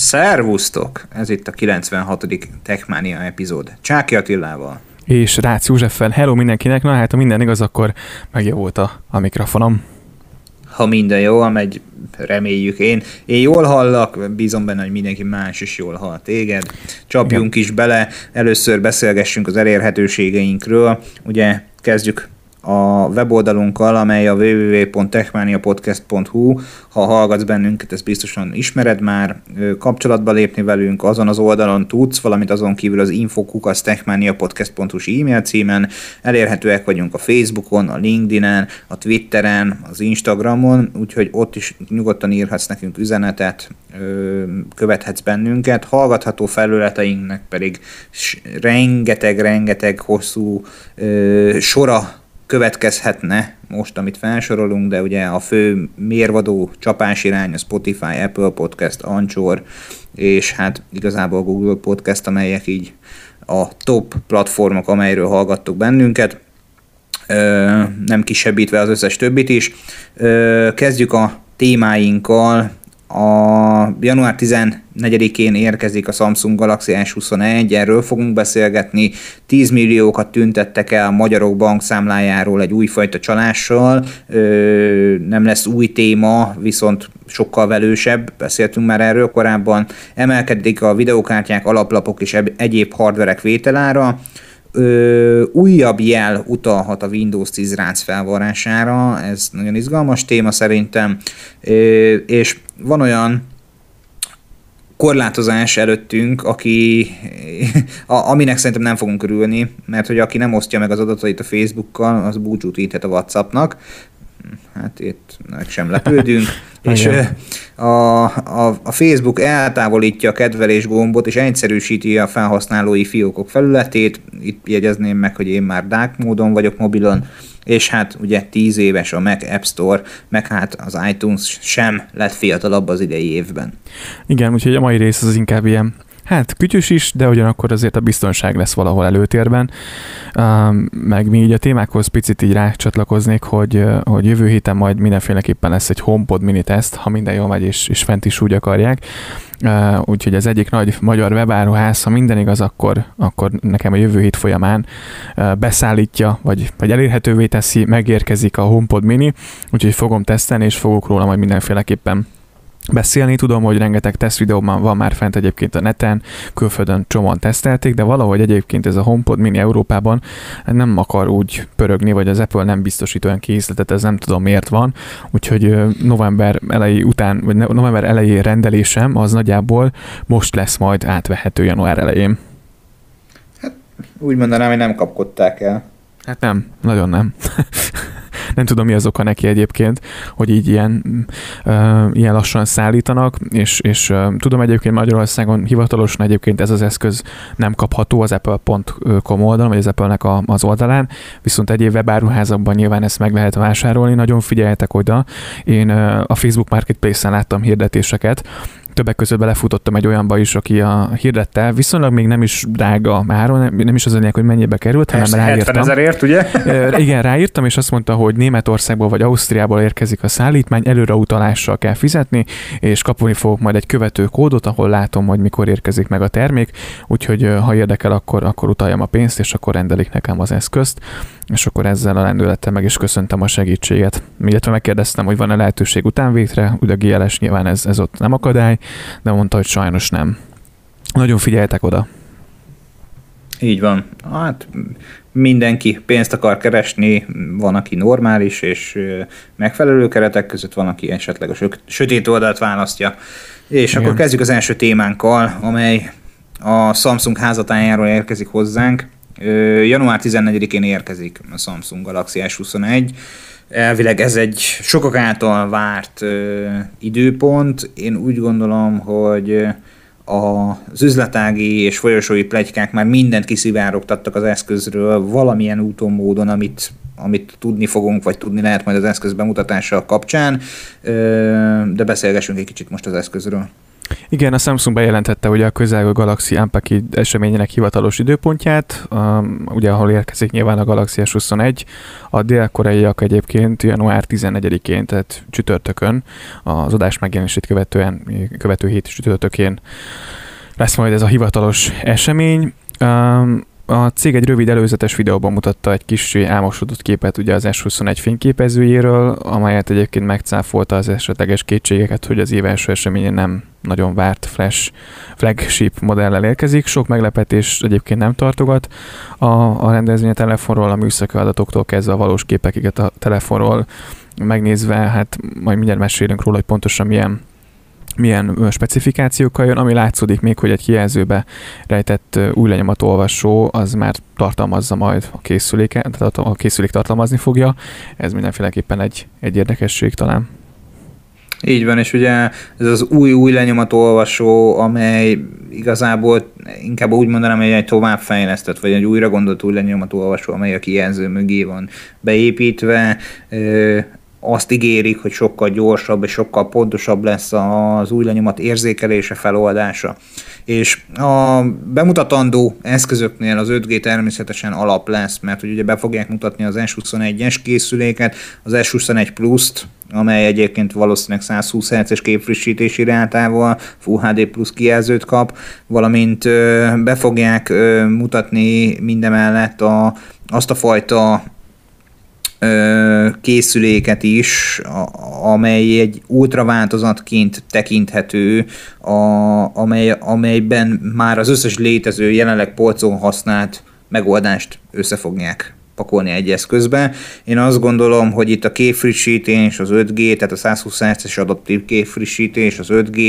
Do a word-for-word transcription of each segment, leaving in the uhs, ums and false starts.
Szervusztok! Ez itt a kilencvenhatodik Techmania epizód. Csáky Attilával. És Rácz Józseffel. Hello mindenkinek. Na hát, ha minden igaz, akkor megjavult a, a mikrofonom. Ha minden jól megy, reméljük én. Én jól hallak, bízom benne, hogy mindenki más is jól hall téged. Csapjunk Igen. is bele. Először beszélgessünk az elérhetőségeinkről. Ugye kezdjük a weboldalunkkal, amely a double-u double-u double-u pont techmania podcast pont hu. Ha hallgatsz bennünket, ezt biztosan ismered már, kapcsolatba lépni velünk, azon az oldalon tudsz, valamint azon kívül az info kukac techmania podcast pont hu-s e-mail címen. Elérhetőek vagyunk a Facebookon, a LinkedInen, a Twitteren, az Instagramon, úgyhogy ott is nyugodtan írhatsz nekünk üzenetet, követhetsz bennünket. Hallgatható felületeinknek pedig rengeteg-rengeteg hosszú sora következhetne most, amit felsorolunk, de ugye a fő mérvadó csapásirány a Spotify, Apple Podcast, Anchor, és hát igazából Google Podcast, amelyek így a top platformok, amelyről hallgattok bennünket, Ö, nem kisebbítve az összes többit is. Ö, kezdjük a témáinkkal. A január tizennegyedikén érkezik a Samsung Galaxy S huszonegy, erről fogunk beszélgetni. tíz milliókat tüntettek el a magyarok bankszámlájáról egy újfajta csalással. Ö, nem lesz új téma, viszont sokkal velősebb, beszéltünk már erről korábban. Emelkedik a videókártyák, alaplapok és egyéb hardverek vételára. Ö, újabb jel utalhat a Windows tíz rác felvarrására, ez nagyon izgalmas téma szerintem, ö, és van olyan korlátozás előttünk, aki, a, aminek szerintem nem fogunk örülni, mert hogy aki nem osztja meg az adatait a Facebookkal, az búcsút íthet a WhatsAppnak. Hát itt meg sem lepődünk. És a, a, a Facebook eltávolítja a kedvelés gombot, és egyszerűsíti a felhasználói fiókok felületét. Itt jegyezném meg, hogy én már dark módon vagyok mobilon, és hát ugye tíz éves a Mac App Store, meg hát az iTunes sem lett fiatalabb az idei évben. Igen, úgyhogy a mai rész az inkább ilyen, hát kütyös is, de ugyanakkor azért a biztonság lesz valahol előtérben. Um, meg mi így a témákhoz picit így rácsatlakoznék, hogy, hogy jövő héten majd mindenféleképpen lesz egy HomePod mini teszt, ha minden jól megy és, és fent is úgy akarják. Uh, úgyhogy az egyik nagy magyar webáruház, ha minden igaz, akkor, akkor nekem a jövő hét folyamán uh, beszállítja, vagy, vagy elérhetővé teszi, megérkezik a HomePod mini, úgyhogy fogom tesztelni, és fogok róla majd mindenféleképpen beszélni. Tudom, hogy rengeteg tesztvideóban van már fent egyébként a neten, külföldön csomóan tesztelték, de valahogy egyébként ez a HomePod mini Európában nem akar úgy pörögni, vagy az Apple nem biztosít olyan készletet, ez nem tudom miért van, úgyhogy november elejé után, vagy november elejé rendelésem az nagyjából most lesz majd átvehető január elején. Hát úgy mondanám, hogy nem kapkodták el. Hát nem, nagyon nem. Nem tudom, mi az oka neki egyébként, hogy így ilyen, uh, ilyen lassan szállítanak, és, és uh, tudom egyébként Magyarországon hivatalosan egyébként ez az eszköz nem kapható az apple pont com oldalon, vagy az Apple-nek a, az oldalán, viszont egyéb webáruházakban nyilván ezt meg lehet vásárolni, nagyon figyeljetek oda. Én uh, a Facebook Marketplace-en láttam hirdetéseket, többek között belefutottam egy olyanba is, aki a hirdette, viszonylag még nem is drága áron, nem, nem is az anyag, hogy mennyibe került, hanem ráírtam. hetven ezerért, ugye? Igen, ráírtam, és azt mondta, hogy Németországból vagy Ausztriából érkezik a szállítmány, előreutalással kell fizetni, és kapni fogok majd egy követő kódot, ahol látom, hogy mikor érkezik meg a termék, úgyhogy ha érdekel, akkor, akkor utaljam a pénzt, és akkor rendelik nekem az eszközt, és akkor ezzel a lendülettel meg is köszöntem a segítséget. Illetve megkérdeztem, hogy van-e lehetőség utánvétre, ugye a gé el es nyilván ez, ez ott nem akadály, de mondta, hogy sajnos nem. Nagyon figyeljetek oda. Így van. Hát mindenki pénzt akar keresni, van, aki normális és megfelelő keretek között, van, aki esetleg a sötét oldalt választja. És Igen. akkor kezdjük az első témánkkal, amely a Samsung házatájáról érkezik hozzánk. január tizennegyedikén érkezik a Samsung Galaxy S huszonegy. Elvileg ez egy sokak által várt ö, időpont. Én úgy gondolom, hogy az üzletági és folyosói pletykák már mindent kiszivárogtattak az eszközről valamilyen úton, módon, amit, amit tudni fogunk, vagy tudni lehet majd az eszköz bemutatása kapcsán, ö, de beszélgessünk egy kicsit most az eszközről. Igen, a Samsung bejelentette ugye a közelgő Galaxy Unpacked eseményének hivatalos időpontját, um, ugye ahol érkezik nyilván a Galaxy S huszonegy, a dél-koreaiak egyébként január tizennegyedikén, tehát csütörtökön, az adás megjelenését követően, követő hét csütörtökén lesz majd ez a hivatalos esemény. Um, A cég egy rövid előzetes videóban mutatta egy kis álmosodott képet ugye az S huszonegy fényképezőjéről, amelyet egyébként megcáfolta az esetleges kétségeket, hogy az év első eseményen nem nagyon várt flash flagship modellel érkezik. Sok meglepetés egyébként nem tartogat a, a rendezvény a telefonról, a műszaki adatoktól kezdve a valós képekig a telefonról megnézve, hát majd mindjárt mesélünk róla, hogy pontosan milyen milyen specifikációkkal jön, ami látszódik még, hogy egy kijelzőbe rejtett új lenyomatolvasó az már tartalmazza majd a készüléket, tehát a készülék tartalmazni fogja. Ez mindenféleképpen egy, egy érdekesség talán. Így van, és ugye ez az új-új lenyomatolvasó, amely igazából inkább úgy mondanám, hogy egy továbbfejlesztett, vagy egy újra gondolt új lenyomatolvasó, amely a kijelző mögé van beépítve. Azt ígérik, hogy sokkal gyorsabb és sokkal pontosabb lesz az új lenyomat érzékelése, feloldása. És a bemutatandó eszközöknél az öt G természetesen alap lesz, mert ugye be fogják mutatni az S huszonegyes készüléket, az S huszonegy Plus-t, amely egyébként valószínűleg száz húsz hertzes képfrissítési rátával Full há dé plusz kijelzőt kap, valamint be fogják mutatni mindemellett a, azt a fajta készüléket is, amely egy ultraváltozatként tekinthető, a, amely, amelyben már az összes létező, jelenleg polcon használt megoldást össze fogják pakolni egy eszközbe. Én azt gondolom, hogy itt a képfrissítés, az öt G, tehát a száz húsz hertzes adaptív képfrissítés, az öt G,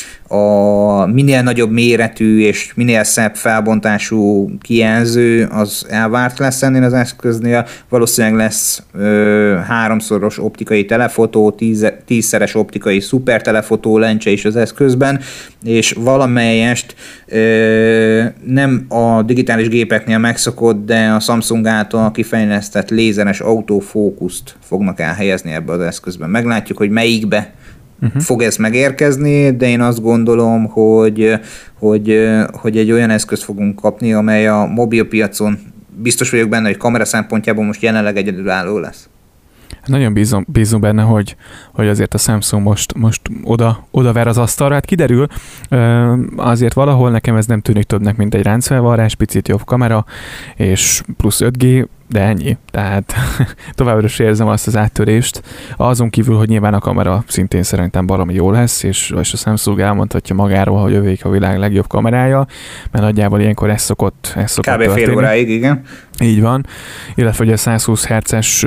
a minél nagyobb méretű és minél szebb felbontású kijelző az elvárt lesz ennél az eszköznél. Valószínűleg lesz ö, háromszoros optikai telefotó, tíz, tízszeres optikai szupertelefotó lencse is az eszközben, és valamelyest ö, nem a digitális gépeknél megszokott, de a Samsung által kifejlesztett lézeres autofókuszt fognak elhelyezni ebbe az eszközben. Meglátjuk, hogy melyikbe Uh-huh. fog ez megérkezni, de én azt gondolom, hogy, hogy, hogy egy olyan eszközt fogunk kapni, amely a mobilpiacon biztos vagyok benne, hogy kamera szempontjából most jelenleg egyedülálló lesz. Nagyon bízom, bízom benne, hogy, hogy azért a Samsung most, most oda, oda ver az asztalra. Hát kiderül, azért valahol nekem ez nem tűnik többnek, mint egy ráncfelvarrás, picit jobb kamera, és plusz öt G, de ennyi. Tehát továbbra is érzem azt az áttörést. Azon kívül, hogy nyilván a kamera szintén szerintem baromi jó lesz, és, és a Samsung elmondhatja magáról, hogy övék a világ legjobb kamerája, mert nagyjából ilyenkor ez szokott, ez szokott Kb. Fél óráig, igen. Így van. Illetve hogy a száz húsz hertzes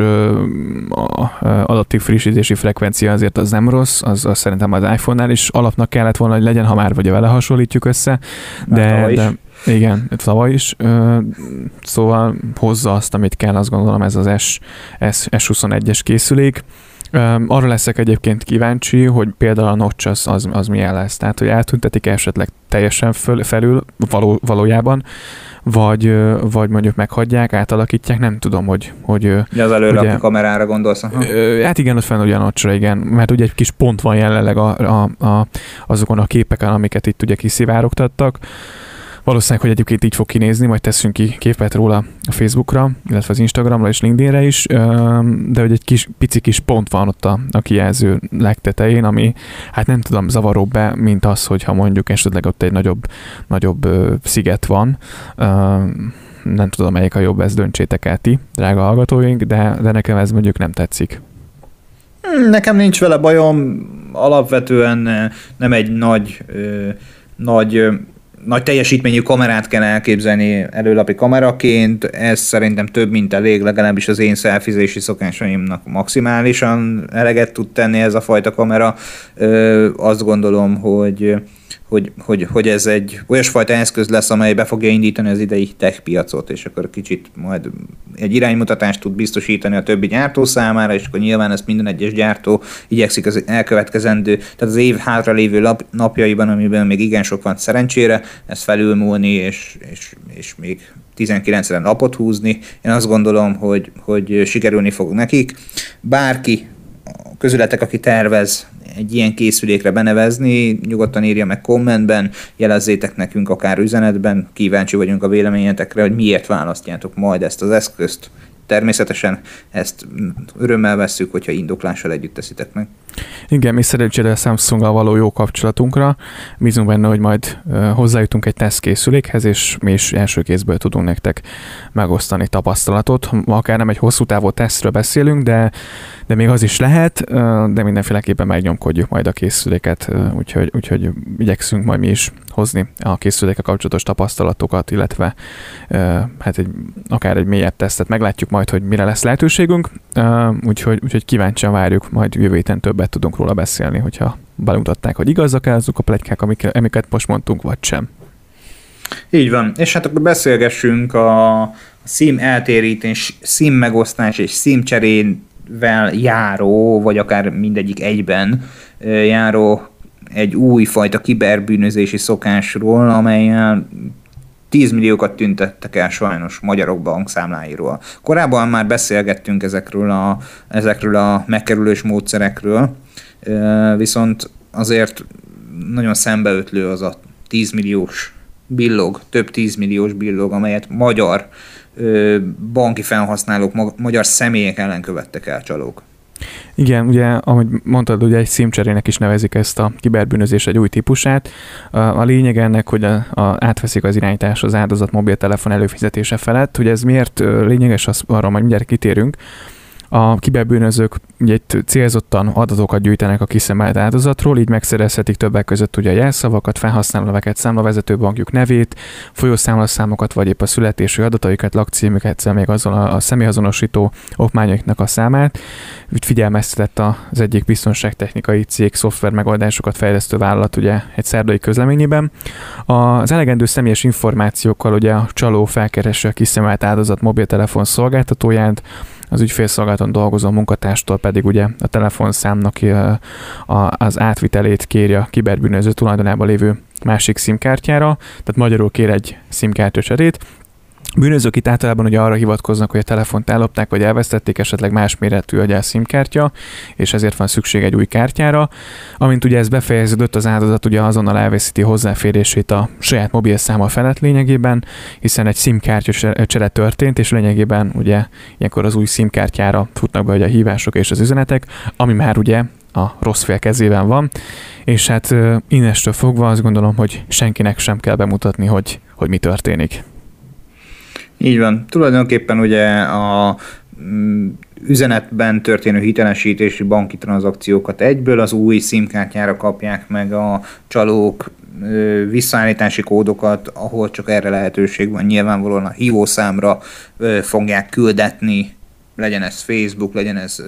adaptív frissítési frekvencia azért az nem rossz, az, az szerintem az iPhone-nál is alapnak kellett volna, hogy legyen, ha már vagy vele hasonlítjuk össze. De, de igen, tavaly is. Szóval hozza azt, amit kell, azt gondolom ez az S, S, S huszonegyes készülék. Arra leszek egyébként kíváncsi, hogy például a notch az, az, az milyen lesz. Tehát, hogy eltüntetik esetleg teljesen föl, felül való, valójában, vagy, vagy mondjuk meghagyják, átalakítják, nem tudom, hogy... hogy ugye az előlapú kamerára gondolsz? Aha. Hát igen, ott fenn ugye a notchra, igen, mert ugye egy kis pont van jelenleg a, a, a, azokon a képeken, amiket itt ugye kiszivárogtattak. Valószínűleg, hogy egyébként így fog kinézni, majd teszünk ki képet róla a Facebookra, illetve az Instagramra és LinkedInre is, de hogy egy kis, pici kis pont van ott a, a kijelző legtetején, ami hát nem tudom, zavaróbb be, mint az, hogyha mondjuk esetleg ott egy nagyobb, nagyobb sziget van. Nem tudom, melyik a jobb, ezt döntsétek el ti, drága hallgatóink, de, de nekem ez mondjuk nem tetszik. Nekem nincs vele bajom, alapvetően nem egy nagy, nagy nagy teljesítményű kamerát kell elképzelni előlapi kameraként, ez szerintem több, mint elég, legalábbis az én szelfizési szokásaimnak maximálisan eleget tud tenni ez a fajta kamera. Ö, azt gondolom, hogy, hogy, hogy, hogy ez egy olyasfajta eszköz lesz, amely be fogja indítani az idei tech piacot, és akkor kicsit majd egy iránymutatást tud biztosítani a többi gyártó számára, és akkor nyilván ezt minden egyes gyártó igyekszik az elkövetkezendő, tehát az év hátralévő napjaiban, amiben még igen sok van szerencsére, ezt felülmúlni, és, és, és még tizenkilencre napot húzni. Én azt gondolom, hogy, hogy sikerülni fog nekik. Bárki közületek, aki tervez egy ilyen készülékre benevezni, nyugodtan írja meg kommentben, jelezzétek nekünk akár üzenetben, kíváncsi vagyunk a véleményetekre, hogy miért választjátok majd ezt az eszközt. Természetesen ezt örömmel vesszük, hogyha indoklással együtt teszitek meg. Igen, mi szerencsére a Samsunggal való jó kapcsolatunkra. Bízunk benne, hogy majd hozzájutunk egy tesztkészülékhez, és mi is első kézből tudunk nektek megosztani tapasztalatot. Akár nem egy hosszú távú tesztről beszélünk, de, de még az is lehet, de mindenféleképpen megnyomkodjuk majd a készüléket, úgyhogy, úgyhogy igyekszünk majd mi is hozni a készülékkel kapcsolatos tapasztalatokat, illetve hát egy, akár egy mélyebb tesztet. Meglátjuk majd, hogy mire lesz lehetőségünk, úgyhogy, úgyhogy kíváncsian várjuk, majd jövő héten többet tudunk róla beszélni, hogyha bemutatták, hogy igazak-e azok a pletykák, amiket most mondtunk, vagy sem. Így van, és hát akkor beszélgessünk a SIM eltérítés, SIM megosztás és SIM cserével járó, vagy akár mindegyik egyben járó egy újfajta kiberbűnözési szokásról, amelyen tízmilliókat tüntettek el sajnos magyarok bankszámláiról. Korábban már beszélgettünk ezekről a, ezekről a megkerülős módszerekről, viszont azért nagyon szembeötlő az a tízmilliós billog, több tízmilliós billog, amelyet magyar banki felhasználók, magyar személyek ellen követtek el csalók. Igen, ugye, ahogy mondtad, ugye egy SIM-cserének is nevezik ezt a kiberbűnözés egy új típusát. A lényeg ennek, hogy a, a, átveszik az irányítás az áldozat mobiltelefon előfizetése felett. Hogy ez miért lényeges, azt arra majd mindjárt kitérünk. A kiberbűnözők ugye itt célzottan adatokat gyűjtenek a kiszemelt áldozatról, így megszerezhetik többek között ugye a jelszavakat, felhasználóneveket, számlavezető bankjuk nevét, folyószámlaszámokat, vagy épp a születési adataikat, lakcímüket, még azon a, a személyazonosító okmányaiknak a számát. Úgy figyelmeztetett az egyik biztonságtechnikai cég szoftver megoldásokat fejlesztő vállalat ugye egy szerdai közleményében. Az elegendő személyes információkkal ugye a csaló felkeresi a kiszemelt áldozat mobiltelefon szolgáltatóját, az ügyfélszolgálaton dolgozó munkatárstól pedig ugye a telefonszámnak az átvitelét kéri a kiberbűnöző tulajdonában lévő másik SIM-kártyára, tehát magyarul kér egy SIM-kártya cserét. Bűnözők itt általában ugye arra hivatkoznak, hogy a telefont ellopták, vagy elvesztették, esetleg más méretű ugye a SIM-kártya, és ezért van szükség egy új kártyára. Amint ugye ez befejeződött, az áldozat ugye azonnal elveszíti hozzáférését a saját mobilszáma felett lényegében, hiszen egy SIM-kártya csere történt, és lényegében ugye ilyenkor az új SIM-kártyára futnak be ugye a hívások és az üzenetek, ami már ugye a rossz fél kezében van, és hát innestől fogva azt gondolom, hogy senkinek sem kell bemutatni, hogy, hogy mi történik. Így van. Tulajdonképpen ugye a üzenetben történő hitelesítési banki tranzakciókat egyből az új SIM-kártyára kapják meg a csalók, visszaállítási kódokat, ahol csak erre lehetőség van, nyilvánvalóan a hívószámra fogják küldetni, legyen ez Facebook, legyen ez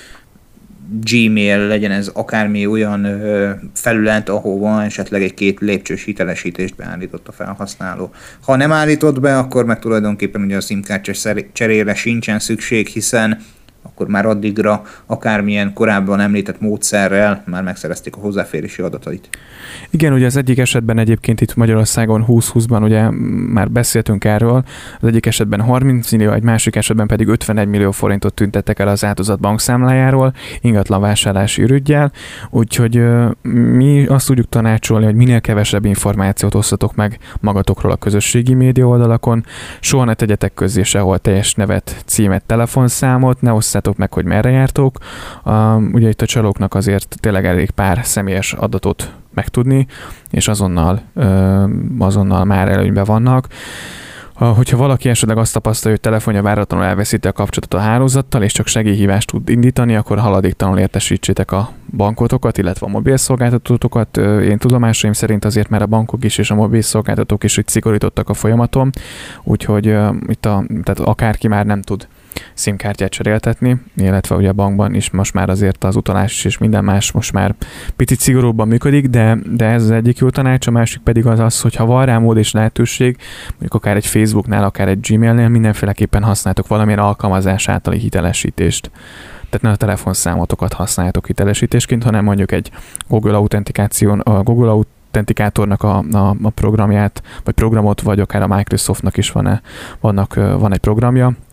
Gmail, legyen ez akármi olyan ö, felület, ahova esetleg egy két lépcsős hitelesítést beállított a felhasználó. Ha nem állított be, akkor meg tulajdonképpen ugye a SIM-kártya cserére sincsen szükség, hiszen akkor már addigra akármilyen korábban említett módszerrel már megszerezték a hozzáférési adatait. Igen, ugye az egyik esetben egyébként itt Magyarországon húsz húszban ugye már beszéltünk erről, az egyik esetben harminc millió, egy másik esetben pedig ötvenegy millió forintot tüntettek el az áldozat bankszámlájáról ingatlan vásárlási ürüggyel, úgyhogy mi azt tudjuk tanácsolni, hogy minél kevesebb információt osztatok meg magatokról a közösségi média oldalakon, soha ne tegyetek közzé sehol teljes nevet, címet, telefonszámot, ne osszátok meg, hogy merre jártok. Uh, ugye itt a csalóknak azért tényleg elég pár személyes adatot megtudni, és azonnal, uh, azonnal már előnyben vannak. Uh, hogyha valaki esetleg azt tapasztalja, hogy telefonja váratlanul elveszíti a kapcsolatot a hálózattal, és csak segélyhívást tud indítani, akkor haladéktalanul értesítsétek a bankotokat, illetve a mobilszolgáltatótokat. Uh, én tudomásaim szerint azért már a bankok is és a mobilszolgáltatók is úgy szigorítottak a folyamaton, úgyhogy uh, itt a, tehát akárki már nem tud SIM-kártyát cseréltetni, illetve ugye a bankban is most már azért az utalás és minden más most már picit szigorúbban működik, de, de ez az egyik jó tanács, a másik pedig az az, hogy ha van rá mód és lehetőség, mondjuk akár egy Facebooknál, akár egy Gmailnél, mindenféleképpen használtok valamilyen alkalmazás általi hitelesítést. Tehát ne a telefonszámotokat használjátok hitelesítésként, hanem mondjuk egy Google Authentication, a Google Authenticatornak a, a, a programját, vagy programot, vagy akár a Microsoftnak is van-e, vannak, van egy programja,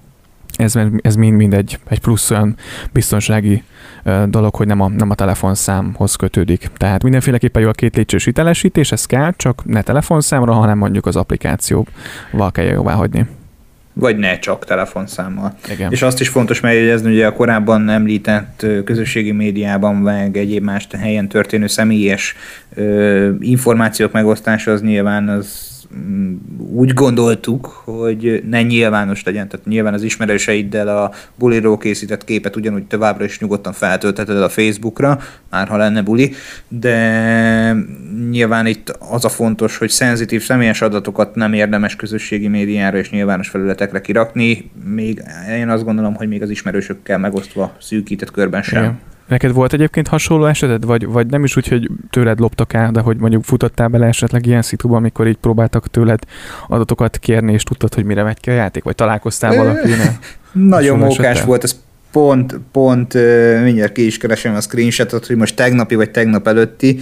ez, ez mind-mind egy, egy plusz olyan biztonsági dolog, hogy nem a, nem a telefonszámhoz kötődik. Tehát mindenféleképpen jó a két lépcsős hitelesítés, ez kell, csak ne telefonszámra, hanem mondjuk az applikációval kell jóvá hagyni. Vagy ne csak telefonszámmal. Igen. És azt is fontos megjegyezni, hogy a korábban említett közösségi médiában, meg egyéb más helyen történő személyes ö, információk megosztása az nyilván az úgy gondoltuk, hogy ne nyilvános legyen, tehát nyilván az ismerőseiddel a buliról készített képet ugyanúgy továbbra is nyugodtan feltöltheted a Facebookra, már ha lenne buli, de nyilván itt az a fontos, hogy szenzitív személyes adatokat nem érdemes közösségi médiára és nyilvános felületekre kirakni, még én azt gondolom, hogy még az ismerősökkel megosztva szűkített körben sem. Igen. Neked volt egyébként hasonló eseted, vagy, vagy nem is úgy, hogy tőled loptak el, de hogy mondjuk futottál bele esetleg ilyen szituban, amikor így próbáltak tőled adatokat kérni, és tudtad, hogy mire megy ki a játék, vagy találkoztál valakinek? Nagyon mókás volt, ez pont, pont mindjárt ki is keresem a screenshotot, hogy most tegnapi vagy tegnap előtti,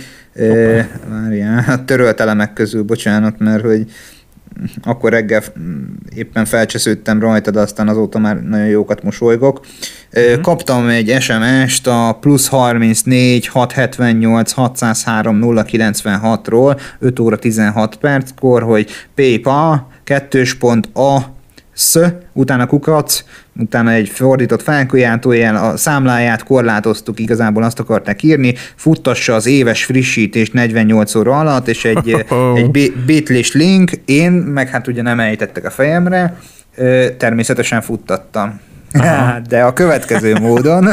várjál, törölt elemek közül, bocsánat, mert hogy akkor reggel éppen felcsesződtem rajta, de aztán azóta már nagyon jókat mosolygok. Mm. Kaptam egy es em es-t a plusz harmincnégy hatszázhetvennyolc hatszázhárom nulla kilencvenhatról öt óra tizenhat perckor, hogy PayPal kettős pont a sz, utána kukac, utána egy fordított felkiáltójel, a számláját korlátoztuk, igazából azt akarták írni, futtassa az éves frissítést negyvennyolc óra alatt, és egy, egy bitlis link, én, meg hát ugye nem ejtettek a fejemre, természetesen futtattam. Aha. De a következő módon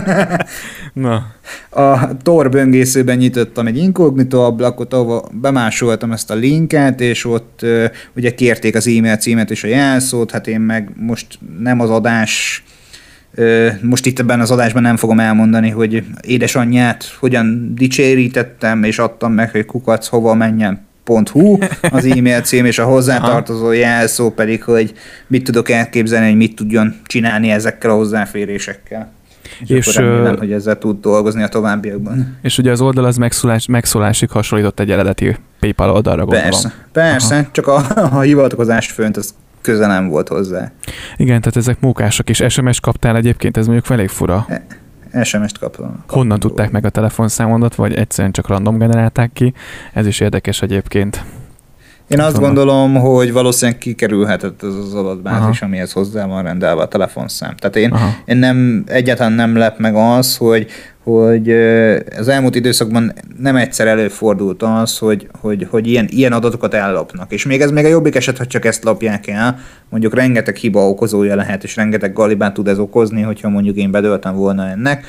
Na. a Tor böngészőben nyitottam egy inkognitó ablakot, ahol bemásoltam ezt a linket, és ott uh, ugye kérték az e-mail címet és a jelszót, hát én meg most nem az adás, uh, most itt ebben az adásban nem fogom elmondani, hogy édesanyját hogyan dicsérítettem, és adtam meg, hogy kukac hova menjen. .hu az e-mail cím, és a hozzátartozó jelszó pedig, hogy mit tudok elképzelni, hogy mit tudjon csinálni ezekkel a hozzáférésekkel. És, és akkor remélem, ö... hogy ezzel tud dolgozni a továbbiakban. És ugye az oldal az megszólás, megszólásig hasonlított egy eredeti PayPal oldalra, gondolom. Persze, persze Aha. csak a, a hivatkozást fönt az köze nem volt hozzá. Igen, tehát ezek mókások, és es em es kaptál egyébként, ez mondjuk elég fura. E- es em es-t kaptam. Honnan tudták meg a telefonszámodat, vagy egyszerűen csak random generálták ki? Ez is érdekes egyébként. Én azt Tudom. gondolom, hogy valószínűleg kikerülhetett az az adatbázis, Aha. amihez hozzá van rendelve a telefonszám. Tehát én, én nem, egyáltalán nem lep meg az, hogy, hogy az elmúlt időszakban nem egyszer előfordult az, hogy, hogy, hogy ilyen, ilyen adatokat ellopnak. És még ez még a jobbik eset, hogy csak ezt lopják el, mondjuk rengeteg hiba okozója lehet, és rengeteg galibát tud ez okozni, hogyha mondjuk én bedöltem volna ennek,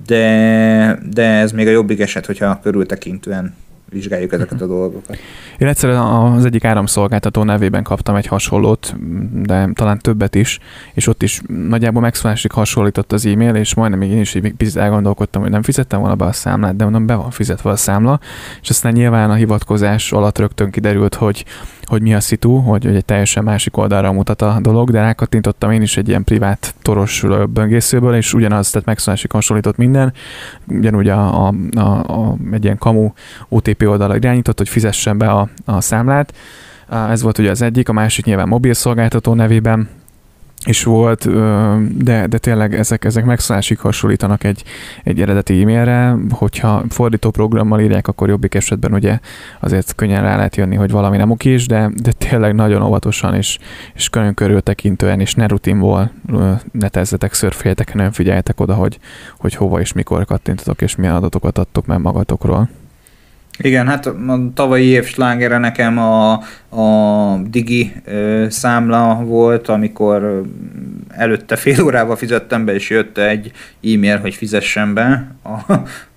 de, de ez még a jobbik eset, hogyha körültekintően vizsgáljuk ezeket a dolgokat. Én egyszer az egyik áramszolgáltató nevében kaptam egy hasonlót, de talán többet is, és ott is nagyjából megszólásig hasonlított az e-mail, és majdnem én is így picit elgondolkodtam, hogy nem fizettem volna be a számlát, de mondom, be van fizetve a számla, és aztán nyilván a hivatkozás alatt rögtön kiderült, hogy hogy mi a szitu, hogy, hogy egy teljesen másik oldalra mutat a dolog, de rákattintottam én is egy ilyen privát toros böngészőből, és ugyanaz, tehát megszólásig hasonlított minden, ugyanúgy a, a, a, a, egy ilyen kamu o té pé oldalra irányított, hogy fizessen be a, a számlát. Ez volt ugye az egyik, a másik nyilván mobil szolgáltató nevében is volt, de, de tényleg ezek, ezek megszólásig hasonlítanak egy, egy eredeti e-mailre, hogyha fordító programmal írják, akkor jobbik esetben ugye azért könnyen rá lehet jönni, hogy valami nem okés, de, de tényleg nagyon óvatosan és, és könnyen körültekintően, és ne rutinból netezzetek, szörféljetek, nem figyeljetek oda, hogy, hogy hova és mikor kattintotok, és milyen adatokat adtok meg magatokról. Igen, hát a tavalyi év slágere nekem a, a Digi ö, számla volt, amikor előtte fél órával fizettem be, és jött egy e-mail, hogy fizessen be a,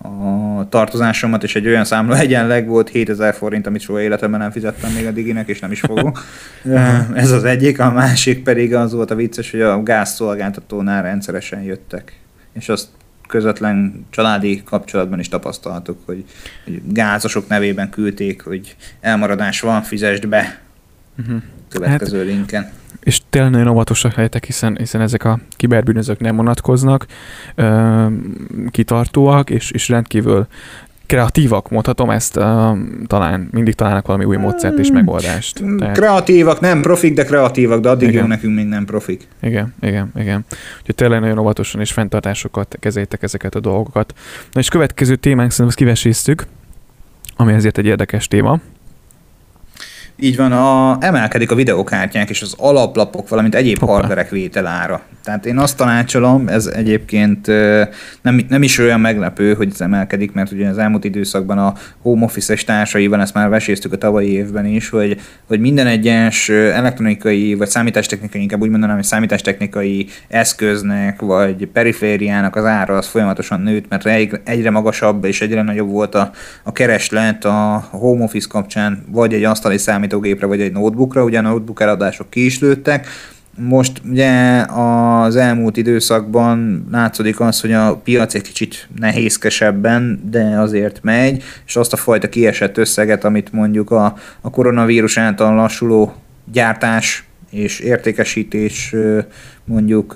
a tartozásomat, és egy olyan számla egyenleg volt hétezer forint, amit soha életemben nem fizettem még a Diginek, és nem is fogok. Ez az egyik, a másik pedig az volt a vicces, hogy a gázszolgáltatónál rendszeresen jöttek, és azt közvetlen családi kapcsolatban is tapasztaltuk, hogy, hogy gázosok nevében küldték, hogy elmaradás van, fizesd be uh-huh. következő hát, linken. És tényleg nagyon óvatosak lehetek, hiszen, hiszen ezek a kiberbűnözők nem vonatkoznak, ö, kitartóak, és, és rendkívül kreatívak, mondhatom ezt, uh, talán mindig találnak valami új módszert és megoldást. Tehát... Kreatívak, nem profik, de kreatívak, de addig igen. jó, nekünk még nem profik. Igen, igen, igen. Úgyhogy tényleg nagyon óvatosan és fenntartásokat kezeljétek ezeket a dolgokat. Na és következő témánk szerintem azt kiveséztük, ami ezért egy érdekes téma. Így van, a, emelkedik a videokártyák és az alaplapok, valamint egyéb Hoppá. hardverek vételára. Tehát én azt tanácsolom, ez egyébként nem, nem is olyan meglepő, hogy ez emelkedik, mert ugye az elmúlt időszakban a home office-es társaival, ezt már veséztük a tavalyi évben is, hogy, hogy minden egyes elektronikai, vagy számítástechnikai, inkább úgy mondanám, hogy számítástechnikai eszköznek, vagy perifériának az ára az folyamatosan nőtt, mert egyre magasabb és egyre nagyobb volt a, a kereslet a home office kapcsán, vagy egy asztali számítógépre, vagy egy notebookra, ugye a notebook eladások ki is lőttek. Most ugye az elmúlt időszakban látszódik az, hogy a piac egy kicsit nehézkesebben, de azért megy, és azt a fajta kiesett összeget, amit mondjuk a, a koronavírus által lassuló gyártás és értékesítés mondjuk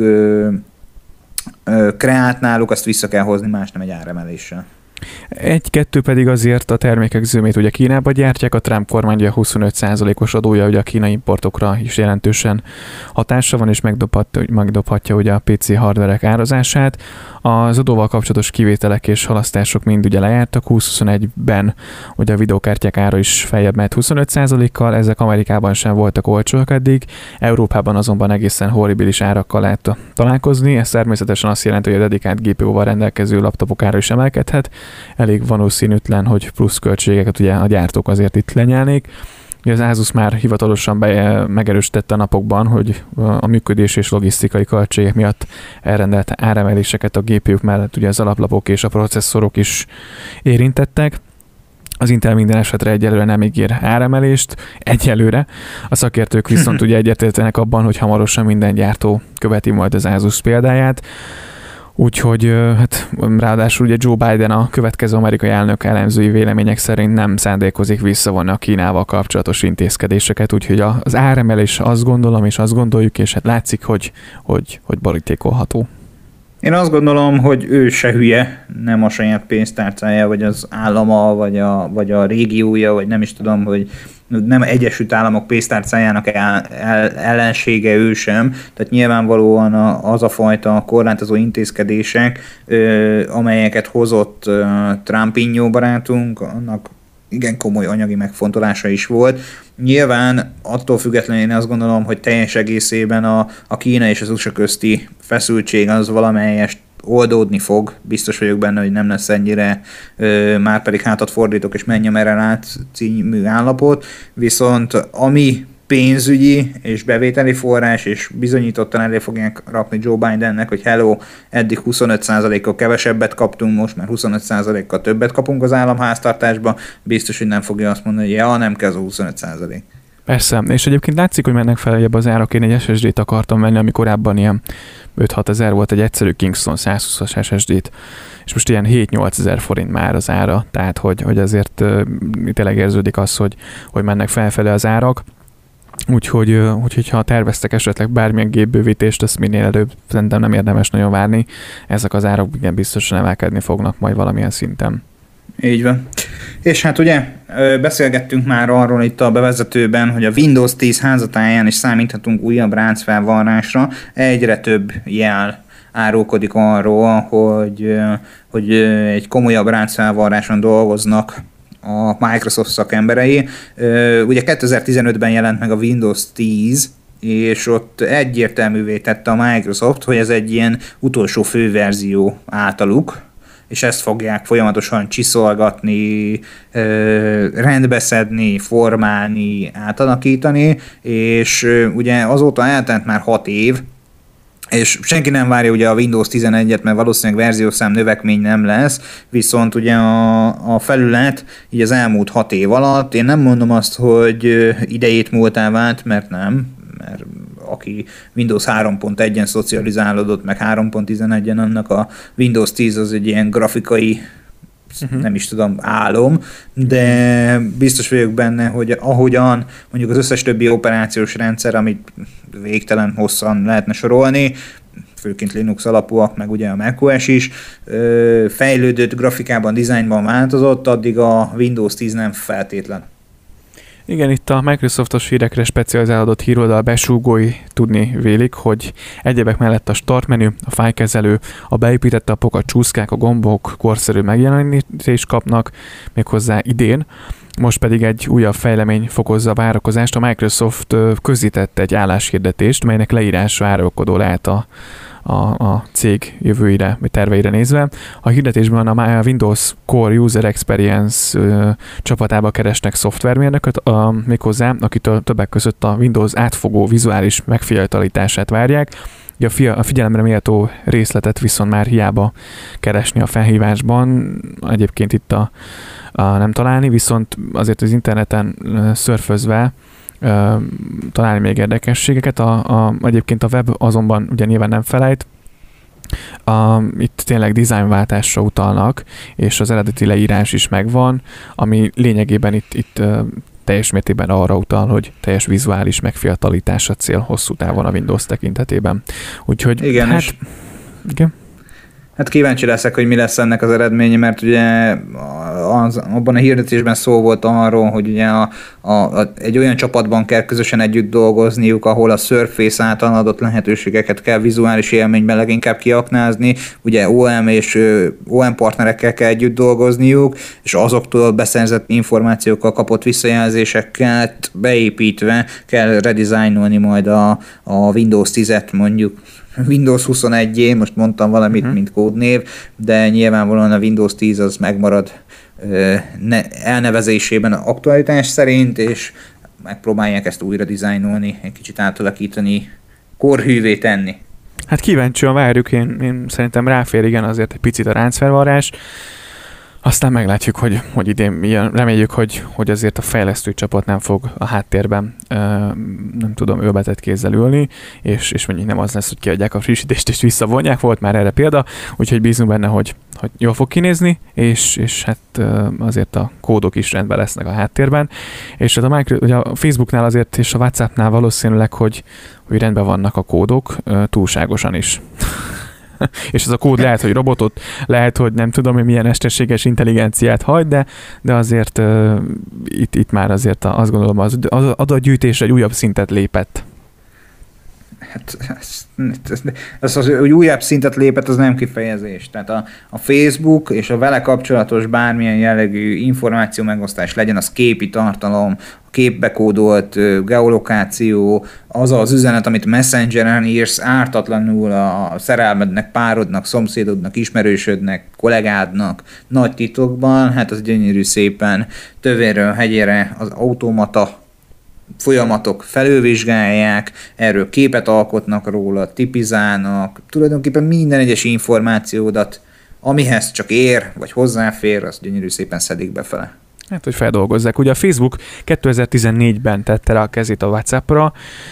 kreált náluk, azt vissza kell hozni, más nem egy áremeléssel. Egy-kettő pedig azért a termékek zömét ugye Kínába gyártják, a Trump kormány huszonöt százalékos adója ugye a kínai importokra is jelentősen hatása van, és megdobhatja, megdobhatja ugye a pé cé hardverek árazását. Az adóval kapcsolatos kivételek és halasztások mind ugye lejártak, húsz-huszonegyben ugye a videókártyák ára is feljebb ment huszonöt százalékkal, ezek Amerikában sem voltak olcsóak eddig, Európában azonban egészen horribilis árakkal lehet találkozni, ez természetesen azt jelenti, hogy a dedikált gé pé u-val rendelkező laptopok ára is emelkedhet, elég valószínűtlen, hogy plusz költségeket ugye a gyártók azért itt lenyelnék. Az Asus már hivatalosan be, megerősítette a napokban, hogy a működés és logisztikai költségek miatt elrendelt áremeléseket a gé pé u-k mellett ugye az alaplapok és a processzorok is érintettek. Az Intel minden esetre egyelőre nem ígér áremelést, egyelőre. A szakértők viszont ugye egyetértenek abban, hogy hamarosan minden gyártó követi majd az Asus példáját. Úgyhogy hát ráadásul ugye Joe Biden, a következő amerikai elnök elemzői vélemények szerint nem szándékozik visszavonni a Kínával kapcsolatos intézkedéseket, úgyhogy az áremelés azt gondolom, és azt gondoljuk, és hát látszik, hogy, hogy, hogy borítékolható. Én azt gondolom, hogy ő se hülye, nem a saját pénztárcája, vagy az állama, vagy a, vagy a régiója, vagy nem is tudom, hogy nem Egyesült Államok pénztárcájának el, el, ellensége ő sem. Tehát nyilvánvalóan a, az a fajta korlátozó intézkedések, ö, amelyeket hozott ö, Trump barátunk, annak igen komoly anyagi megfontolása is volt. Nyilván attól függetlenül én azt gondolom, hogy teljes egészében a, a Kína és az u es á közti feszültség az valamelyest oldódni fog. Biztos vagyok benne, hogy nem lesz ennyire ö, már pedig hátat fordítok és menjem erre át című állapot. Viszont ami pénzügyi és bevételi forrás, és bizonyítottan elé fogják rakni Joe Bidennek, hogy hello, eddig huszonöt százalékkal kevesebbet kaptunk, most már huszonöt százalékkal többet kapunk az államháztartásba, biztos, hogy nem fogja azt mondani, hogy ja, nem kell az a huszonöt százalék. Persze, és egyébként látszik, hogy mennek feljebb az árak. Én egy es es dét akartam venni, ami korábban ilyen öt-hat ezer volt, egy egyszerű Kingston százhúszas es es dét, és most ilyen hét-nyolc ezer forint már az ára, tehát hogy, hogy azért uh, tényleg érződik az, hogy, hogy mennek felfelé az árak. Úgyhogy, úgyhogy ha terveztek esetleg bármilyen gépbővítést, ezt minél előbb szerintem nem érdemes nagyon várni. Ezek az árak igen biztosan emelkedni fognak majd valamilyen szinten. Így van. És hát ugye beszélgettünk már arról itt a bevezetőben, hogy a Windows tíz házatáján is számíthatunk újabb ráncfelvarrásra. Egyre több jel árulkodik arról, hogy, hogy egy komolyabb ráncfelvarráson dolgoznak a Microsoft szakemberei. Ugye kétezer-tizenötben jelent meg a Windows tíz, és ott egyértelművé tette a Microsoft, hogy ez egy ilyen utolsó főverzió általuk, és ezt fogják folyamatosan csiszolgatni, rendbeszedni, formálni, átalakítani, és ugye azóta eltelt már hat év, és senki nem várja ugye a Windows tizenegyet, mert valószínűleg verziószám növekmény nem lesz, viszont ugye a, a felület így az elmúlt hat év alatt, én nem mondom azt, hogy idejét múltá vált, mert nem, mert aki Windows három pont egyen szocializálódott, meg három pont tizenegyen, annak a Windows tíz az egy ilyen grafikai, uh-huh. nem is tudom, álom, de biztos vagyok benne, hogy ahogyan mondjuk az összes többi operációs rendszer, amit végtelen hosszan lehetne sorolni, főként Linux alapúak, meg ugye a macOS is, fejlődött grafikában, dizájnban változott, addig a Windows tíz nem feltétlen. Igen, itt a Microsoftos hírekre specializálódott híroldal besúgói tudni vélik, hogy egyebek mellett a start menü, a fájlkezelő, a beépített appok, a csúszkák, a gombok korszerű megjelenítést kapnak, méghozzá idén. Most pedig egy újabb fejlemény fokozza a várakozást. A Microsoft közzétett egy álláshirdetést, melynek leírása árulkodó lehet a, a, a cég jövőire, vagy terveire nézve. A hirdetésben a Windows Core User Experience ö, csapatába keresnek szoftvermérnököt, a, méghozzá, akitől többek között a Windows átfogó vizuális megfiatalítását várják. A, fia, a figyelemre méltó részletet viszont már hiába keresni a felhívásban. Egyébként itt a, a nem találni, viszont azért az interneten szörfözve uh, találni még érdekességeket. A, a, egyébként a web azonban ugye nyilván nem felejt. A, itt tényleg dizájnváltásra utalnak, és az eredeti leírás is megvan, ami lényegében itt, itt uh, teljes mértékben arra utal, hogy teljes vizuális megfiatalítás a cél hosszú távon a Windows tekintetében. Úgyhogy igen, hát, igen. Hát kíváncsi leszek, hogy mi lesz ennek az eredménye, mert ugye az, abban a hirdetésben szó volt arról, hogy ugye a, a, a, egy olyan csapatban kell közösen együtt dolgozniuk, ahol a Surface által adott lehetőségeket kell vizuális élményben leginkább kiaknázni, ugye o em és o em partnerekkel kell együtt dolgozniuk, és azoktól beszerzett információkkal kapott visszajelzésekkel beépítve kell redesignolni majd a, a Windows tízet mondjuk. Windows huszonegyé, most mondtam valamit, uh-huh. mint kódnév, de nyilvánvalóan a Windows tíz az megmarad ö, ne, elnevezésében a aktualitás szerint, és megpróbálják ezt újra dizájnolni, egy kicsit átalakítani, korhűvé tenni. Hát kíváncsian várjuk, én, én szerintem ráfér igen azért egy picit a ráncfelvarrás. Aztán meglátjuk, hogy, hogy idén milyen. Reméljük, hogy, hogy azért a fejlesztő csapat nem fog a háttérben ö, nem tudom, ölbetett kézzel ülni, és, és mondjuk nem az lesz, hogy kiadják a frissítést és visszavonják, volt már erre példa, úgyhogy bízunk benne, hogy, hogy jól fog kinézni, és, és hát ö, azért a kódok is rendben lesznek a háttérben, és hát a, Micro, ugye a Facebooknál azért és a WhatsAppnál valószínűleg, hogy, hogy rendben vannak a kódok, ö, túlságosan is. És ez a kód lehet, hogy robotot, lehet, hogy nem tudom, hogy milyen mesterséges intelligenciát hagy, de, de azért uh, itt, itt már azért azt gondolom, az, az adatgyűjtés egy újabb szintet lépett. Hát ez, ez, ez az, hogy újabb szintet lépett, az nem kifejezés. Tehát a, a Facebook és a vele kapcsolatos bármilyen jellegű információ megosztás legyen, az képi tartalom, képbekódolt geolokáció, az az üzenet, amit Messengeren írsz ártatlanul a szerelmednek, párodnak, szomszédodnak, ismerősödnek, kollégádnak, nagy titokban, hát az gyönyörű szépen tövéről hegyére az automata folyamatok felülvizsgálják, erről képet alkotnak róla, tipizálnak, tulajdonképpen minden egyes információdat, amihez csak ér, vagy hozzáfér, az gyönyörű szépen szedik befele. Hát, hogy feldolgozzák. Ugye a Facebook kétezer-tizennégyben tette rá a kezét a WhatsAppra,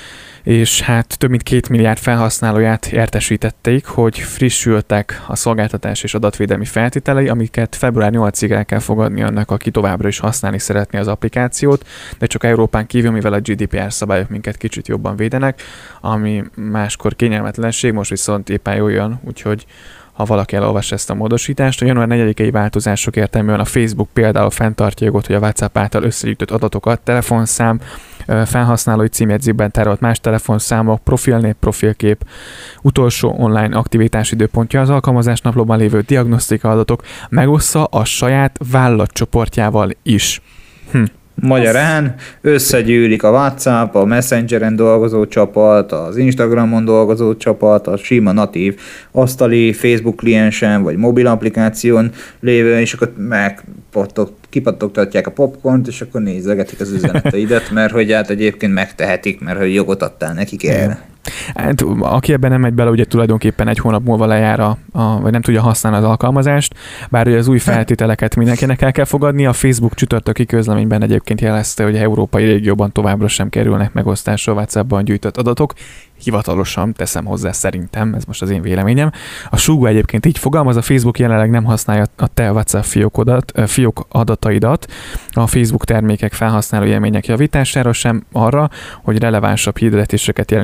és hát több mint két milliárd felhasználóját értesítették, hogy frissültek a szolgáltatás és adatvédelmi feltételei, amiket február nyolcadikáig el kell fogadni annak, aki továbbra is használni szeretné az applikációt, de csak Európán kívül, mivel a gé dé pé er szabályok minket kicsit jobban védenek, ami máskor kényelmetlenség, most viszont éppen jól jön, úgyhogy ha valaki elolvassa ezt a módosítást. A január negyedikei változások értelműen a Facebook például fenntartja jogot, hogy a WhatsApp által összegyűjtött adatokat, telefonszám, felhasználói címjegyzékben tárolt más telefonszámok, profilnév, profilkép, utolsó online aktivitás időpontja, az alkalmazás naplóban lévő diagnosztika adatok megossza a saját vállalatcsoportjával is. Hm. Magyarán összegyűlik a WhatsApp, a Messengeren dolgozó csapat, az Instagramon dolgozó csapat, a sima natív asztali Facebook kliensen vagy mobil applikáción lévő, és akkor kipattogtatják a popcornt, és akkor nézegetik az üzeneteidet, mert hogy hát egyébként megtehetik, mert hogy jogot adtál nekik erre. Hát, aki ebben nem megy bele, ugye tulajdonképpen egy hónap múlva lejár, a, a, vagy nem tudja használni az alkalmazást, bár ugye az új feltételeket mindenkinek el kell fogadni. A Facebook csütörtöki közleményben egyébként jelezte, hogy a európai régióban továbbra sem kerülnek megosztásra a WhatsAppban gyűjtött adatok. Hivatalosan teszem hozzá szerintem, ez most az én véleményem. A súgó egyébként így fogalmaz, a Facebook jelenleg nem használja a te WhatsApp fiókodat, fiók adataidat a Facebook termékek felhasználó élmények javítására, sem arra, hogy relevánsabb hirdetéseket jelenítsen meg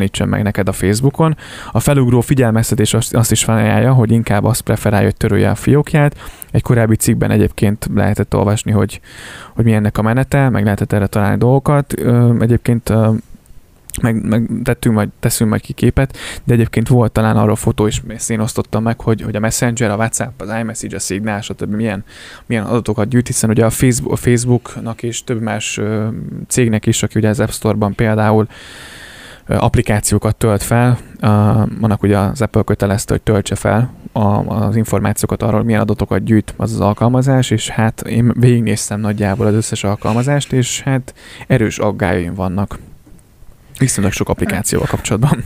neked a Facebookon. A felugró figyelmeztetés azt, azt is felajánlja, hogy inkább azt preferálja, hogy törölje a fiókját. Egy korábbi cikkben egyébként lehetett olvasni, hogy, hogy mi ennek a menete, meg lehetett erre találni dolgokat. Egyébként meg, meg tettünk majd, teszünk majd ki képet, de egyébként volt talán arról fotó is, ezt én osztottam meg, hogy, hogy a Messenger, a WhatsApp, az iMessage, a Signal, stb. milyen, milyen adatokat gyűjt, hiszen ugye a, Facebook, a Facebooknak és több más ö, cégnek is, aki ugye az App Store-ban például ö, applikációkat tölt fel, uh, annak ugye az Apple kötelezte, hogy töltse fel a, az információkat arról, milyen adatokat gyűjt az az alkalmazás, és hát én végignéztem nagyjából az összes alkalmazást, és hát erős aggályaim vannak. Viszonylag sok applikációval kapcsolatban.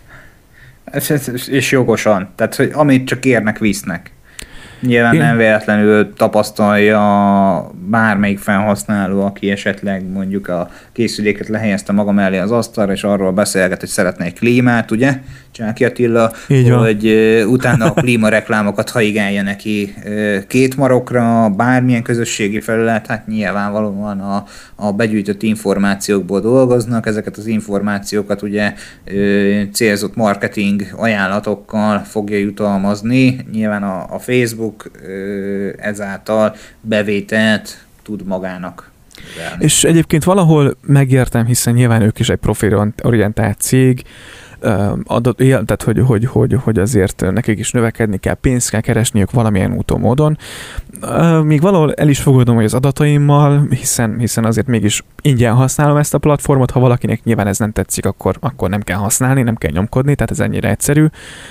És jogosan. Tehát, hogy amit csak érnek, visznek. Nyilván Én... nem véletlenül tapasztalja bármelyik felhasználó, aki esetleg mondjuk a készüléket lehelyezte maga mellé az asztalra, és arról beszélget, hogy szeretne egy klímát, ugye? Csáki Attila, hogy utána a klímareklámokat haigálja neki két marokra, bármilyen közösségi felület, hát nyilvánvalóan a, a begyűjtött információkból dolgoznak, ezeket az információkat ugye célzott marketing ajánlatokkal fogja jutalmazni, nyilván a, a Facebook ezáltal bevételt tud magának. Velni. És egyébként valahol megértem, hiszen nyilván ők is egy profilorientált cég, adott, tehát hogy, hogy, hogy, hogy azért nekik is növekedni kell, pénzt kell keresniük valamilyen úton, módon. Még valahol el is fogadom, hogy az adataimmal, hiszen, hiszen azért mégis ingyen használom ezt a platformot, ha valakinek nyilván ez nem tetszik, akkor, akkor nem kell használni, nem kell nyomkodni, tehát ez ennyire egyszerű.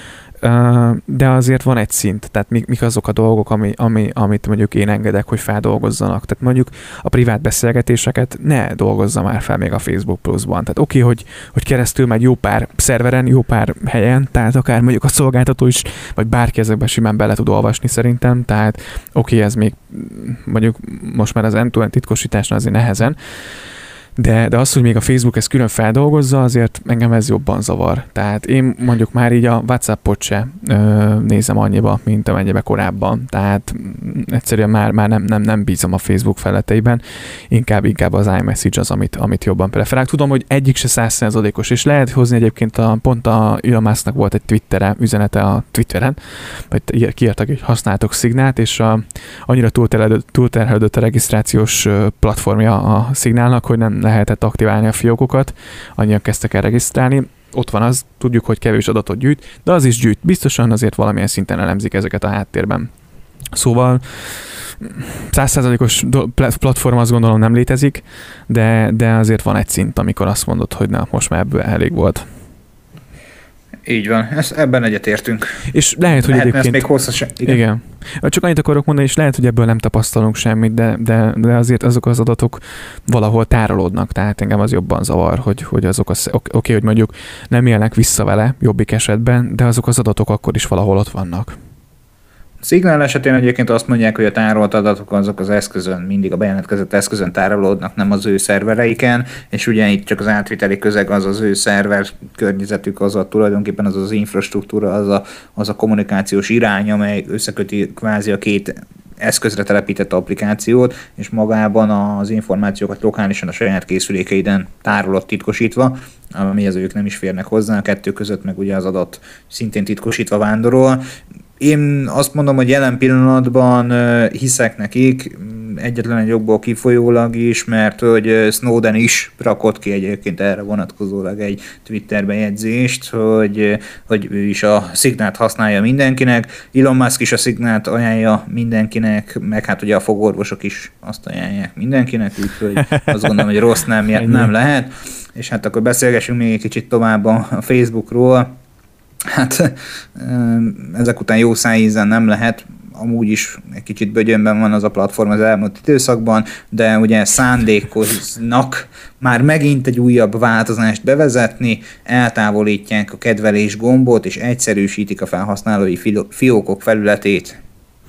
De azért van egy szint, tehát mik, mik azok a dolgok, ami, ami, amit mondjuk én engedek, hogy feldolgozzanak. Tehát mondjuk a privát beszélgetéseket ne dolgozza már fel még a Facebook Plus-ban. Tehát oké, okay, hogy, hogy keresztül megy jó pár szerveren, jó pár helyen, tehát akár mondjuk a szolgáltató is, vagy bárki ezekben simán bele tud olvasni szerintem, tehát oké, okay, ez még mondjuk most már az end-to-end titkosításnál azért nehezen, De, de az, hogy még a Facebook ezt külön feldolgozza, azért engem ez jobban zavar. Tehát én mondjuk már így a WhatsAppot se ö, nézem annyiba, mint amennyibe korábban. Tehát egyszerűen már, már nem, nem, nem bízom a Facebook felületeiben, inkább, inkább az iMessage az, amit, amit jobban preferálok. Tudom, hogy egyik se száz százalékos, és lehet hozni egyébként a, pont a Elon Musknak volt egy Twittere, üzenete a Twitteren, vagy kiírtak, hogy használtok Signalt, és a, annyira túlterhelődött a regisztrációs platformja a Signalnak, hogy nem lehetett aktiválni a fiókokat, annyian kezdtek el regisztrálni. Ott van az, tudjuk, hogy kevés adatot gyűjt, de az is gyűjt. Biztosan azért valamilyen szinten elemzik ezeket a háttérben. Szóval száz százalékos platform azt gondolom nem létezik, de, de azért van egy szint, amikor azt mondod, hogy na, most már ebből elég volt. Így van, ezt, ebben egyetértünk. És lehet, hogy Lehetne egyébként... még hosszasan. Igen. Igen. Csak annyit akarok mondani, és lehet, hogy ebből nem tapasztalunk semmit, de, de, de azért azok az adatok valahol tárolódnak, tehát engem az jobban zavar, hogy, hogy azok az, oké, okay, hogy mondjuk nem élnek vissza vele jobbik esetben, de azok az adatok akkor is valahol ott vannak. Signal esetén egyébként azt mondják, hogy a tárolt adatok azok az eszközön, mindig a bejelentkezett eszközön tárolódnak, nem az ő szervereiken, és ugye itt csak az átviteli közeg az az ő szerver környezetük, az a tulajdonképpen az az infrastruktúra, az a, az a kommunikációs irány, amely összeköti kvázi a két eszközre telepített applikációt, és magában az információkat lokálisan a saját készülékeiden tárolott titkosítva, amihez ők nem is férnek hozzá, a kettő között meg ugye az adat szintén titkosítva vándorol. Én azt mondom, hogy jelen pillanatban hiszek nekik, egyetlen egy jogból kifolyólag is, mert hogy Snowden is rakott ki egyébként erre vonatkozólag egy Twitter bejegyzést, hogy, hogy ő is a Signalt használja mindenkinek, Elon Musk is a Signalt ajánlja mindenkinek, meg hát ugye a fogorvosok is azt ajánlják mindenkinek, úgyhogy azt gondolom, hogy rossz nem, nem lehet. És hát akkor beszélgessünk még egy kicsit tovább a Facebookról. Hát ezek után jó szájízen nem lehet, amúgy is egy kicsit bögyönben van az a platform az elmúlt időszakban, de ugye szándékoznak már megint egy újabb változást bevezetni, eltávolítják a kedvelés gombot, és egyszerűsítik a felhasználói fiókok felületét.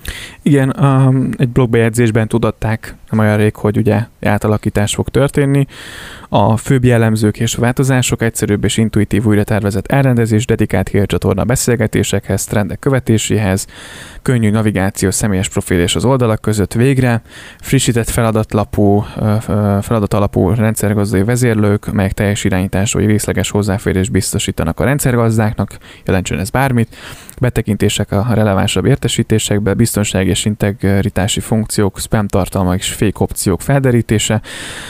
Igen, um, egy blogbejegyzésben tudatták nem olyan rég, hogy ugye átalakítás fog történni. A főbb jellemzők és változások, egyszerűbb és intuitív újra tervezett elrendezés, dedikált hírcsatorna beszélgetésekhez, trendek követéséhez, könnyű navigáció, személyes profil és az oldalak között végre, frissített feladatlapú, feladatalapú rendszergazdai vezérlők, melyek teljes irányítás vagy részleges hozzáférés biztosítanak a rendszergazdáknak, jelentsen ez bármit, betekintések a relevánsabb értesítésekbe, biztonsági és integritási funkciók, spam tartalmak és fake opciók felderítése,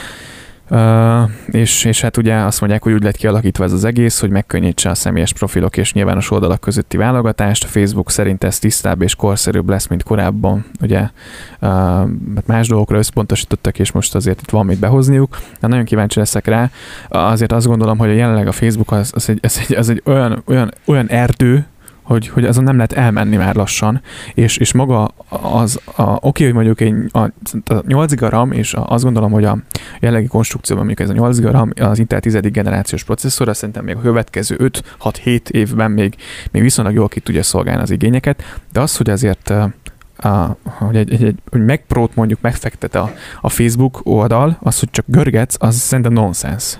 Uh, és, és hát ugye azt mondják, hogy úgy lett kialakítva ez az egész, hogy megkönnyítse a személyes profilok és nyilvános oldalak közötti válogatást. A Facebook szerint ez tisztább és korszerűbb lesz, mint korábban. Ugye uh, más dolgokra összpontosítottak, és most azért itt van mit behozniuk. De nagyon kíváncsi leszek rá. Azért azt gondolom, hogy jelenleg a Facebook az, az, egy, az, egy, az egy olyan, olyan, olyan erdő, hogy, hogy azon nem lehet elmenni már lassan, és, és maga az, a, oké, hogy mondjuk egy, a, a nyolc giga RAM, és a, azt gondolom, hogy a jelenlegi konstrukcióban mondjuk ez a nyolc giga RAM, az Intel tizedik generációs processzor, azt szerintem még a következő öt hat hét évben még, még viszonylag jól ki tudja szolgálni az igényeket, de az, hogy azért a, hogy, egy, egy, egy, hogy Mac Pro-t mondjuk megfektet a, a Facebook oldal, az, hogy csak görgetsz, az szerintem nonsense.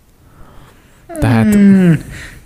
Tehát... Hmm.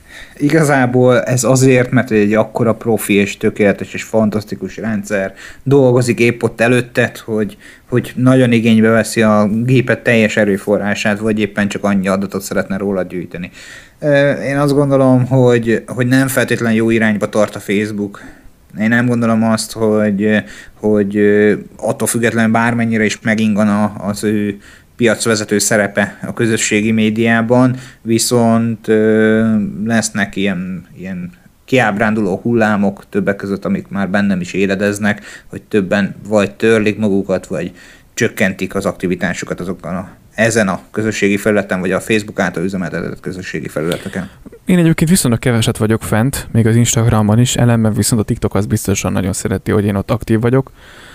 Igazából ez azért, mert egy akkora profi és tökéletes és fantasztikus rendszer dolgozik épp ott előtted, hogy, hogy nagyon igénybe veszi a gépet teljes erőforrását, vagy éppen csak annyi adatot szeretne róla gyűjteni. Én azt gondolom, hogy, hogy nem feltétlenül jó irányba tart a Facebook. Én nem gondolom azt, hogy, hogy attól függetlenül bármennyire is megingana az ő piacvezető szerepe a közösségi médiában, viszont ö, lesznek ilyen, ilyen kiábránduló hullámok többek között, amik már bennem is éledeznek, hogy többen vagy törlik magukat, vagy csökkentik az aktivitásukat azokon a, ezen a közösségi felületen, vagy a Facebook által üzemeltetett közösségi felületeken. Én egyébként viszonylag keveset vagyok fent, még az Instagramon is, ellenben viszont a TikTok az biztosan nagyon szereti, hogy én ott aktív vagyok.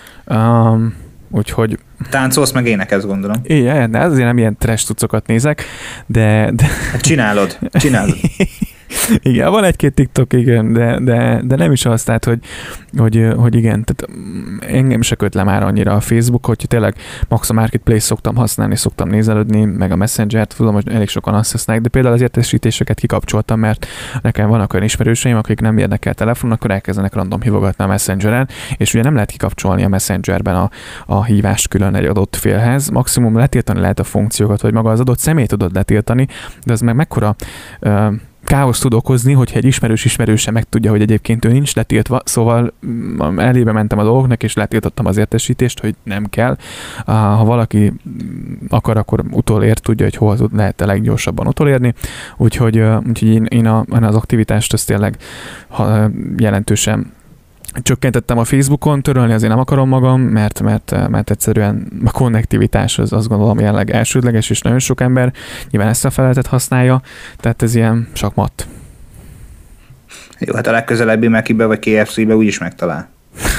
Um, Úgyhogy... Táncolsz meg énekelsz, gondolom. Igen, de azért nem ilyen trash tucokat nézek, de... de... Hát csinálod, csinálod. Igen, van egy-két TikTok, igen, de, de, de nem is az, tehát, hogy, hogy, hogy igen, tehát engem se köt le már annyira a Facebook, hogy tényleg max a Marketplace szoktam használni, szoktam nézelődni, meg a Messenger-t, tudom, hogy elég sokan azt használják, de például az értesítéseket kikapcsoltam, mert nekem vannak olyan ismerőseim, akik nem érnek el telefonon, akkor elkezdenek random hívogatni a Messengeren, és ugye nem lehet kikapcsolni a Messengerben a, a hívást külön egy adott félhez, maximum letiltani lehet a funkciókat, vagy maga az adott személy tudod letiltani, de az meg mekkora uh, káosz tud okozni, hogyha egy ismerős ismerőse megtudja, hogy egyébként ő nincs letiltva, szóval elébe mentem a dolgoknak, és letiltottam az értesítést, hogy nem kell. Ha valaki akar, akkor utolér, tudja, hogy hol lehet a leggyorsabban utolérni, úgyhogy, úgyhogy én, én, a, én az aktivitást azt tényleg jelentősen csökkentettem a Facebookon, törölni azért nem akarom magam, mert, mert, mert egyszerűen a konnektivitás az azt gondolom jelenleg elsődleges, és nagyon sok ember nyilván ezt a felületet használja, tehát ez ilyen sakmat. Jó, hát a legközelebbi Mac-be vagy ká ef cé-be úgyis megtalál.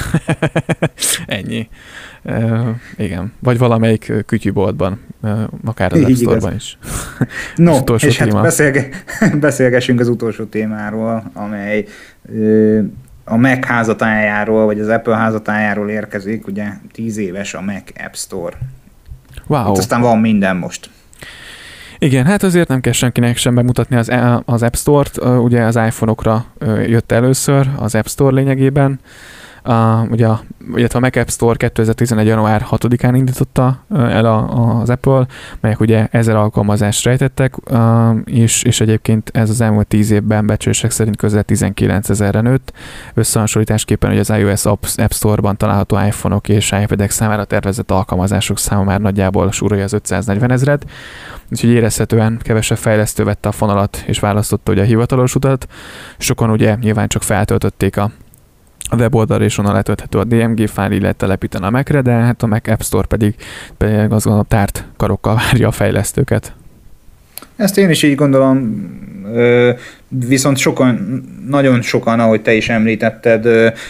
Ennyi. Uh, igen. Vagy valamelyik kütyűboltban, uh, akár az App Store-ban is. No, és téma. Hát beszélge- beszélgessünk az utolsó témáról, amely uh, a Mac házatájáról, vagy az Apple házatájáról érkezik, ugye tíz éves a Mac App Store. Wow. Itt aztán van minden most. Igen, hát azért nem kell senkinek sem bemutatni az, az App Store-t, ugye az iPhone-okra jött először az App Store lényegében. Uh, ugye, illetve a Mac App Store kétezer-tizenegy. január hatodikán indította uh, el a, az Apple, melyek ugye ezer alkalmazást rejtettek, uh, és, és egyébként ez az elmúlt tíz évben becslések szerint közel tizenkilencezerre nőtt. Összehasonlításképpen ugye az iOS App, App Store-ban található iPhone-ok és iPad-ek számára tervezett alkalmazások száma már nagyjából súrolja az ötszáznegyven ezret, úgyhogy érezhetően kevesebb fejlesztő vette a fonalat és választotta ugye a hivatalos utat. Sokan ugye nyilván csak feltöltötték a a weboldalra, és onnan letölthető a dé em gé fájl, így lehet telepíteni a Mac-re, de hát a Mac App Store pedig, pedig azt gondolom tárt karokkal várja a fejlesztőket. Ezt én is így gondolom, Viszont sokan, nagyon sokan, ahogy te is említetted,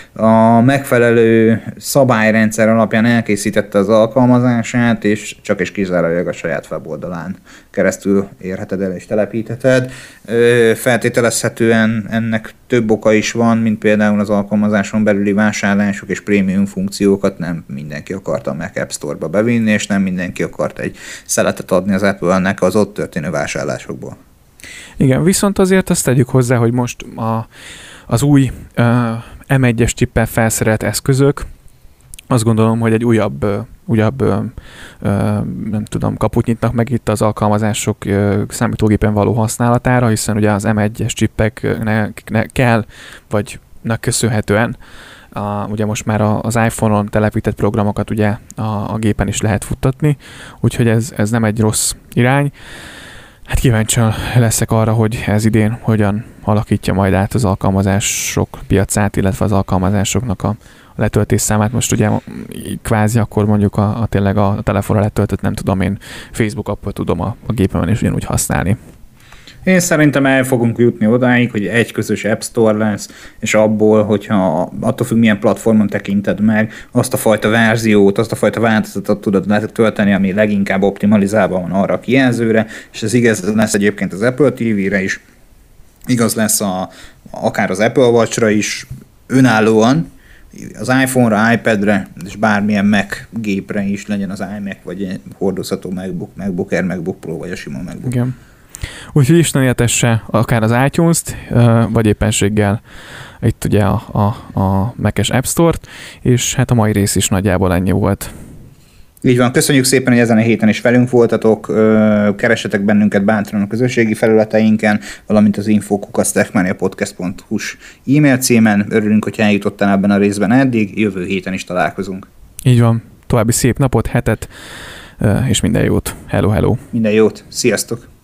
a megfelelő szabályrendszer alapján elkészítette az alkalmazását, és csak és kizárólag a saját weboldalán keresztül érheted el és telepítheted. Feltételezhetően ennek több oka is van, mint például az alkalmazáson belüli vásárlások és prémium funkciókat nem mindenki akarta a Mac App Store-ba bevinni, és nem mindenki akart egy szeletet adni az Apple-nek az ott történő vásárlásokból. Igen, viszont azért azt tegyük hozzá, hogy most a, az új uh, em egyes csippel felszerelt eszközök, azt gondolom, hogy egy újabb, uh, újabb uh, uh, nem tudom, kaput nyitnak meg itt az alkalmazások uh, számítógépen való használatára, hiszen ugye az em egyes csippeknek kell, vagy nek köszönhetően A, ugye most már az iPhone-on telepített programokat ugye a, a gépen is lehet futtatni, úgyhogy ez, ez nem egy rossz irány. Hát kíváncsian leszek arra, hogy ez idén hogyan alakítja majd át az alkalmazások piacát, illetve az alkalmazásoknak a letöltés számát. Most ugye kvázi akkor mondjuk a, a tényleg a telefonra letöltött, nem tudom én, Facebook appot tudom a, a gépemen is ugyanúgy használni. Én szerintem el fogunk jutni odáig, hogy egy közös App Store lesz, és abból, hogyha attól függ, milyen platformon tekinted meg, azt a fajta verziót, azt a fajta változatot tudod letölteni, ami leginkább optimalizálva van arra a kijelzőre, és ez igaz lesz egyébként az Apple té vére is, igaz lesz a, akár az Apple Watch-ra is, önállóan, az iPhone-ra, iPad-re, és bármilyen Mac gépre is, legyen az iMac, vagy egy hordozható MacBook, MacBook Air, MacBook Pro, vagy a sima MacBook. Igen. Úgyhogy Isten éltesse akár az iTunes-t, vagy éppenséggel itt ugye a, a, a Mac-es App Store-t, és hát a mai rész is nagyjából ennyi volt. Így van, köszönjük szépen, hogy ezen a héten is velünk voltatok, keressetek bennünket bátran a közösségi felületeinken, valamint az info kukac techmaniapodcast pont hu-s e-mail címen. Örülünk, hogy eljutottál ebben a részben eddig, jövő héten is találkozunk. Így van, további szép napot, hetet, és minden jót. Hello, hello. Minden jót, sziasztok!